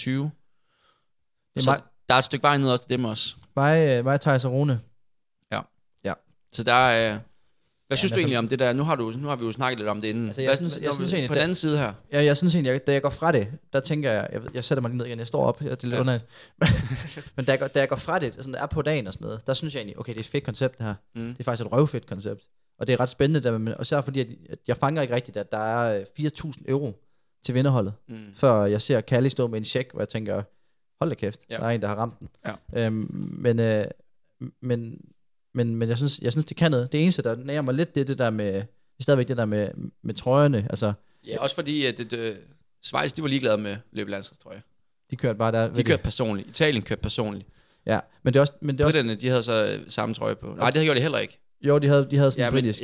Så der er et stykke vej ned også til dem også. Mig, Thijs og Rune. Ja. Så der er... Hvad synes du egentlig om det der? Nu har vi jo snakket lidt om det inden. Altså, jeg synes egentlig, på den anden side her. Ja, jeg synes egentlig, da jeg går fra det, der tænker jeg sætter mig lige ned igen, jeg står op, det er lidt underligt. Men da jeg går fra det, sådan, der er på dagen og sådan noget, der synes jeg egentlig, okay, det er et fedt koncept det her. Det er faktisk et røvfedt koncept. Og det er ret spændende, og især fordi, at jeg fanger ikke rigtigt, at der er 4.000 euro til vinderholdet, før jeg ser Callie stå med en check, hvor jeg tænker, hold da kæft, der er en, der har ramt den. Ja. Men jeg synes, det kan noget. Det eneste, der nærer mig lidt, det der med, stadigvæk det der med trøjerne. Altså, ja, også fordi, at Schweiz, de var ligeglade med løbelandsholdstrøje. De kørte bare der. De kørte personligt. Italien kørte personligt. Ja, men det er også... Britterne, de havde så samme trøje på. Nej, det havde gjort det heller ikke. Jo, de havde sådan en britisk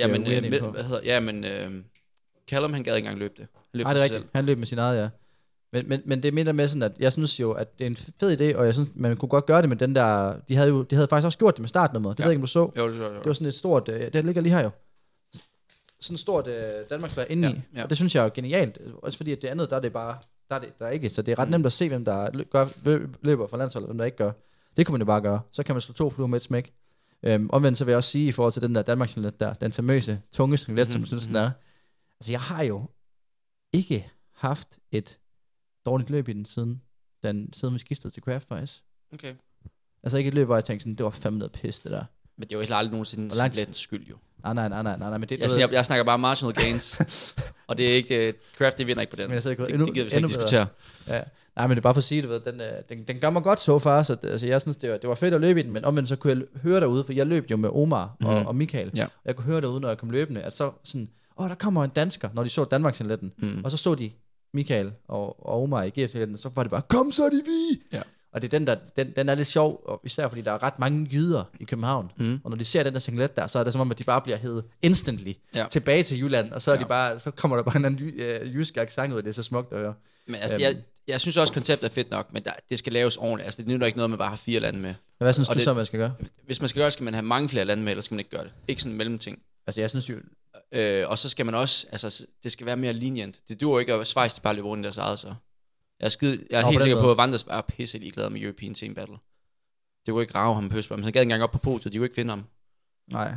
på. Callum, han gad ikke engang løbe det. Nej, det er rigtigt. Han løb med sin eget, ja. Men det er mindre med sådan, at jeg synes jo, at det er en fed idé, og jeg synes, man kunne godt gøre det med den der... De havde faktisk også gjort det med startnummeret. Det ved jeg ikke, om du så. Jo. Det var sådan et stort... det ligger lige her jo. Sådan et stort Danmarksflag indeni. Ja. Og det synes jeg er genialt. Også fordi, at det andet, der er det bare... Der er ikke. Så det er ret nemt at se, hvem der løber for landsholdet, hvem der ikke gør. Det kunne man jo bare gøre. Så kan man slå 2 fluer med et smæk. Omvendt så vil jeg også sige, i forhold til den der Danmarks-singlet der, den famøse tunge singlet, som jeg synes, den er. Altså, jeg har jo ikke haft et dårligt løb i den siden vi skiftede til Craft faktisk. Okay. Altså ikke et løb, hvor jeg tænkte sådan, det var fandme noget pis, det der. Men det er jo helt aldrig nogensinde singletens skyld, jo. Nej, men det... Jeg snakker bare marginal gains, og det er ikke... Craft, det vinder ikke på den. Men det gider vi ikke diskutere. Ja. Nej, men det er bare for at sige, du ved, den gør mig godt så far, så altså, jeg synes, det var fedt at løbe i den, men omvendt så kunne jeg høre derude, for jeg løb jo med Omar og Michael, og jeg kunne høre derude, når jeg kom løbende, at så sådan, der kommer en dansker, når de så Danmarks-singletten, og så de Michael og Omar i GF-singletten, så var det bare, kom så de vi! Ja. Og det er den er lidt sjov, og især fordi der er ret mange jyder i København, og når de ser den der singlet der, så er det som om, at de bare bliver hævet instantly tilbage til Jylland, og så er de bare, så kommer der bare en anden jysk accent ud, det er så smukt at høre. Men altså, jeg synes også, konceptet er fedt nok, men det skal laves ordentligt. Altså, det nytter ikke noget, man bare har 4 lande med. Hvad synes du så, man skal gøre? Hvis man skal gøre det, skal man have mange flere lande med, eller skal man ikke gøre det. Ikke sådan en mellemting. Altså, jeg synes jo... og så skal man også, altså, det skal være mere linjent. Det duer ikke at Schweiz, de bare løber rundt i deres eget, så. Jeg er helt sikker på, at Vanders er pisse ligeglade med European Team Battle. Det kunne ikke rave ham på Høsberg, men han gad ikke engang op på podiet, de kunne ikke finde ham. Nej.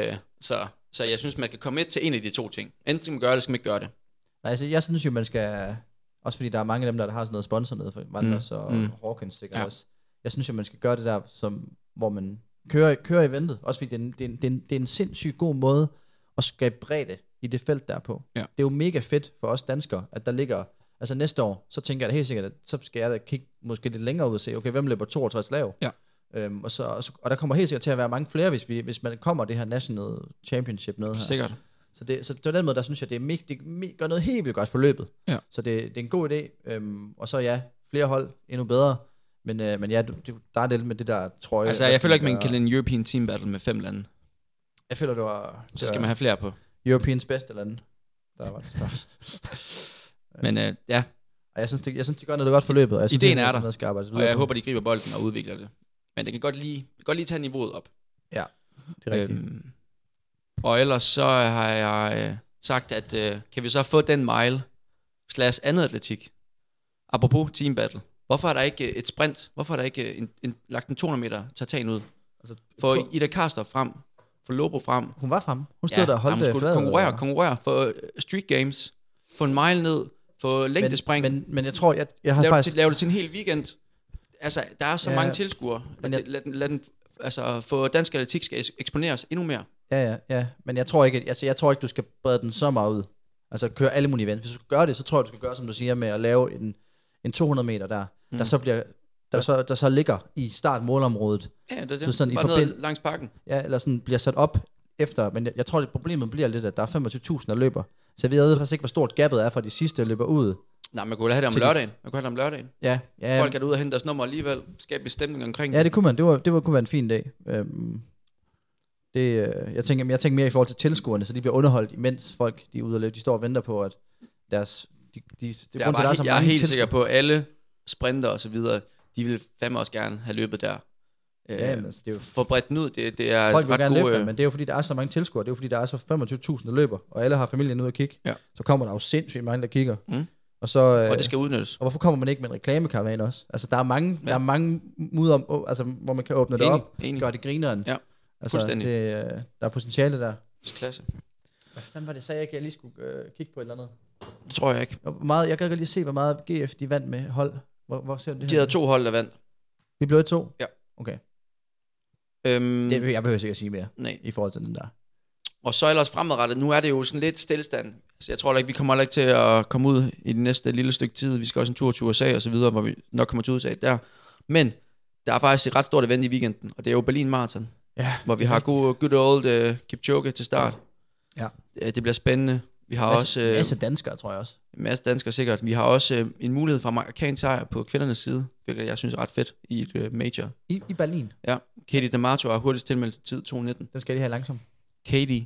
Så jeg synes, man skal komme med til en af de 2 ting. Enten skal man gøre det, eller skal man ikke gøre det. Nej, altså, jeg synes jo, man skal... Også fordi der er mange af dem, der har sådan noget sponsor nede for Vanders og Hawkins sikkert også. Jeg synes jo, man skal gøre det der, hvor man kører eventet. Også fordi det er en sindssygt god måde at skabe bredde i det felt derpå. Ja. Det er jo mega fedt for os danskere, at der ligger... Altså næste år, så tænker jeg da helt sikkert, at så skal jeg da kigge måske lidt længere ud og se, okay, hvem løber 62 lav? Ja. Og der kommer helt sikkert til at være mange flere, hvis man kommer det her National Championship noget her. Sikkert. Så på den måde, der synes jeg, det gør noget helt vildt godt for løbet. Ja. Så det er en god idé. Og så flere hold, endnu bedre. Men ja, der er det med det der trøje. Altså, jeg føler ikke, man kan kalde en European Team Battle med 5 lande. Jeg føler, det var... Så skal man have flere på. Europeans bedste lande. Der var det start. Men ja. Og jeg synes, de gør noget godt for løbet. Og jeg synes, ideen er der, og jeg håber, de griber bolden og udvikler det. Men det kan godt lige tage niveauet op. Ja. Det er rigtigt. Og ellers så har jeg sagt, at kan vi så få den mile / andet atletik? Apropos team battle. Hvorfor er der ikke et sprint? Hvorfor er der ikke lagt en 200 meter tartan ud? Altså, Få Ida Karster frem. Få Lobo frem. hun var fremme. Hun stod der og holdt hun skulle konkurrere. Få street games. Få en mile ned. Få længdespring. Men jeg tror, jeg har faktisk... Lave det til en hel weekend. Altså, der er så mange tilskuere. Lad den få dansk atletik skal eksponeres endnu mere. Ja. Men jeg tror ikke, du skal brede den så meget ud. Altså køre alle mulige events. Hvis du skal gøre det, så tror jeg, du skal gøre, som du siger, med at lave en 200 meter der så bliver... Der så ligger i startmålområdet. Ja, det er så sådan, bare ned langs parken. Ja, eller sådan bliver sat op efter. Men jeg tror, at problemet bliver lidt, at der er 25.000, der løber. Så jeg ved faktisk ikke, hvor stort gabet er fra de sidste løber ud. Nej, man kunne have det om lørdagen. Ja. Folk er derude og hente deres nummer alligevel. Skabe stemning omkring det kunne man. Det kunne være en fin dag. Jeg tænker mere i forhold til tilskuerne, så de bliver underholdt, imens folk de er ude og løbe. De står og venter på, at deres... Jeg er helt sikker på, at alle sprinter og så videre, de vil fandme også gerne have løbet der. Altså, det er jo... For bredt den ud, det er folk vil ret gerne gode... løbe, men det er jo fordi, der er så mange tilskuere. Det er jo fordi, der er så 25.000, der løber, og alle har familien ude at kigge. Ja. Så kommer der jo sindssygt mange, der kigger. Og det skal udnyttes. Og hvorfor kommer man ikke med en reklamekampagne også? Altså, der er mange muder, altså, hvor man kan åbne det op, gøre det grineren. Ja, altså, der er potentiale der. Klasse. Hvad fanden var det, sagde jeg ikke, jeg lige skulle kigge på et eller andet? Det tror jeg ikke. Jeg kan lige se, hvor meget GF de vandt med hold. Hvor ser du det her? De havde 2 hold, der vandt. Vi blev 2? Ja. Okay. Jeg behøver ikke at sige mere i forhold til den der. Og så ellers fremadrettet, nu er det jo sådan lidt stillestand. Så jeg tror ikke, vi kommer ikke til at komme ud i det næste lille stykke tid. Vi skal også en tur til USA og så videre, hvor vi nok kommer til USA der. Men der er faktisk et ret stort event i weekenden, og det er jo Berlin Marathon. Ja. Hvor vi har good old Kipchoge til start. Ja. Det bliver spændende. Vi har også... En masse danskere, tror jeg også. En masse danskere sikkert. Vi har også en mulighed for amerikansk sejr på kvindernes side, hvilket jeg synes er ret fedt i et major. I Berlin? Ja. Katie D'Amato har hurtigst tilmeldt tid 2.19. Den skal de have langsomt. Katie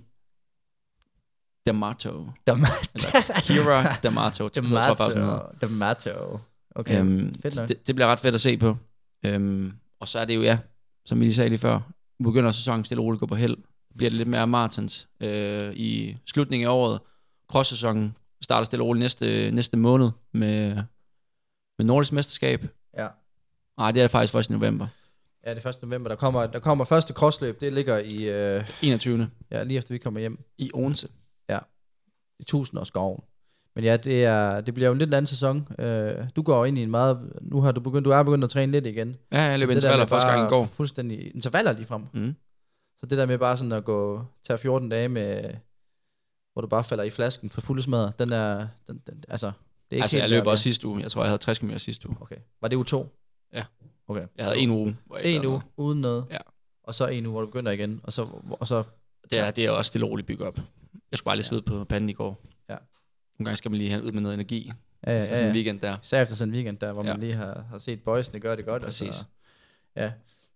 D'Amato. Eller Kira D'Amato. D'Amato. Okay, fedt nok. Det bliver ret fedt at se på. Og så er det jo, som vi lige sagde lige før, begynder sæsonen stille og roligt gå på held. Bliver det lidt mere marathons i slutningen af året. Cross-sæsonen starter stille og roligt næste måned med Nordisk Mesterskab. Ja. Nej, det er faktisk først i november. Ja, det er 1. november. Der kommer første crossløb. Det ligger i... 21. Ja, lige efter vi kommer hjem. I Odense. Ja. I 1000-årsskoven. Men ja, det bliver jo en lidt anden sæson. Du går ind i en meget... Du er begyndt at træne lidt igen. Ja, jeg løber intervaller første gang i går. Fuldstændig intervaller lige frem. Så det der med bare sådan at tage 14 dage med... Hvor du bare falder i flasken for fulde smadre. Den er... Altså, det er ikke jeg løber også sidste uge. Jeg tror, jeg havde 60 km sidste uge. Okay. Var det uge 2? Ja. Okay. Jeg havde en uge. En uge uden noget. Ja. Og så en uge, hvor du begynder igen. Og så det er også stille og roligt bygget op. Jeg skulle bare lige svede på panden i går. Ja. Nogle gange skal man lige have ud med noget energi. Ja. Sådan en weekend der. Så efter sådan en weekend der, hvor man lige har set boysene gøre det godt. Præcis. Altså, ja.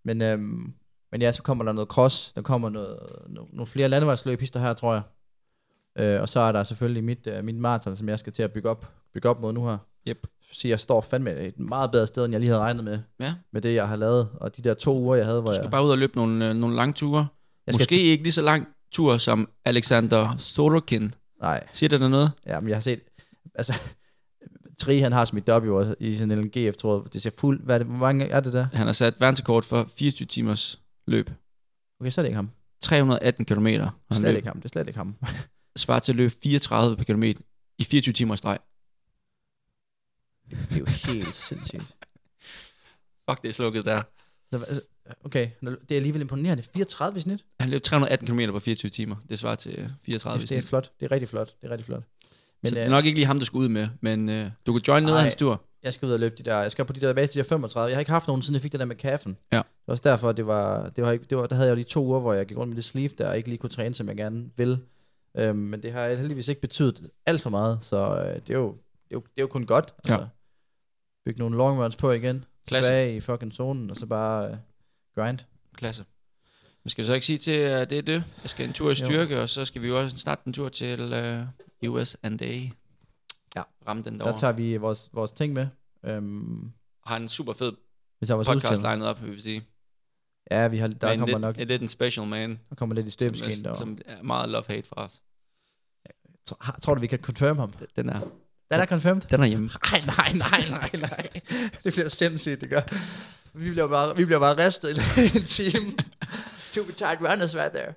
Men ja, så kommer der noget cross. Der kommer nogle flere landevejsløbhister her, tror jeg. Og så er der selvfølgelig mit maraton, som jeg skal til at bygge op mod nu her. Yep. Så jeg står fandme et meget bedre sted, end jeg lige havde regnet med. Ja. Med det, jeg har lavet. Og de der 2 uger, jeg havde, hvor du skal bare ud og løbe nogle lange ture. Måske ikke lige så lang tur som Alexander Sorokin. Nej. Siger det der noget? Ja, men jeg har set... Altså, Tri, han har smidt op jo i sådan en GF, tror jeg. Det ser fuldt... Hvor mange er det der? Han har sat verdensrekord for 24 timers løb. Okay, så er det ikke ham. 318 kilometer. Det er slet ikke ham. Svarer til at løbe 34 per kilometer i 24 timer i streg. Det er jo helt sindssygt. Fuck, det er slukket der. Okay, det er alligevel imponerende. 34 i snit? Han løb 318 km på 24 timer. Det svarer til 34 i snit. Det er flot. Det er rigtig flot. Men, så det er nok ikke lige ham, der skal ud med, men du kan join ned af hans tur. Jeg skal ud og løbe jeg skal på de der 35. Jeg har ikke haft nogen, siden jeg fik det der med kaffen. Ja. Det var også derfor, der havde jeg jo de 2 uger, hvor jeg gik rundt med det sleeve der, og ikke lige kunne træne, som jeg gerne vil. Men det har heldigvis ikke betydet alt for meget, så det er jo kun godt. Altså, bygge nogle long runs på igen. Klasse. Tilbage i fucking zonen, og så bare grind. Klasse. Men skal jeg så ikke sige til, at det er det? Jeg skal en tur i styrke, og så skal vi jo også starte en tur til USA. Ja. Ramme den derovre. Der tager vi vores ting med. Har en super fed vi tager vores podcast udtale. legnet op, vil vi sige. Ja, der kommer nok lidt en special man. Der kommer lidt i støbeskeen derovre. Som er meget love-hate for os. Tror du, vi kan confirm ham? Den er confirmed? Den er hjemme. Nej. Det bliver sindssygt, det gør. Vi bliver bare ristet i en time. Two retired runners right there.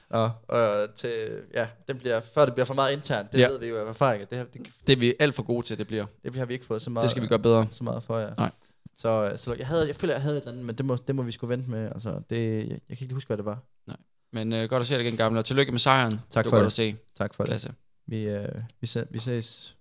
Den bliver, før det bliver for meget internt, det ved vi jo af erfaring. Det er vi alt for gode til, det bliver. Det har vi ikke fået så meget. Det skal vi gøre bedre. Så meget for, ja. Nej. Så jeg føler, jeg havde et eller andet, men det må vi sgu vente med. Altså, jeg kan ikke lige huske, hvad det var. Nej. Men godt at se dig igen, gamle. Og tillykke med sejren. Tak for godt det. At se. Tak for Klasse. det. Vi ses.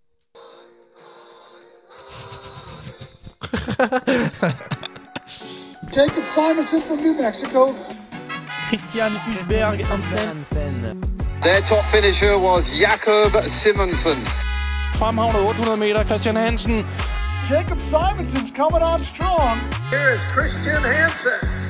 Jacob Simonson from New Mexico. Christian Hulberg Hansen. Their top finisher was Jakob Simonsen. Fremhavnet 800 meter, Christian Hansen. Jacob Simonson's coming on strong. Here is Christian Hansen.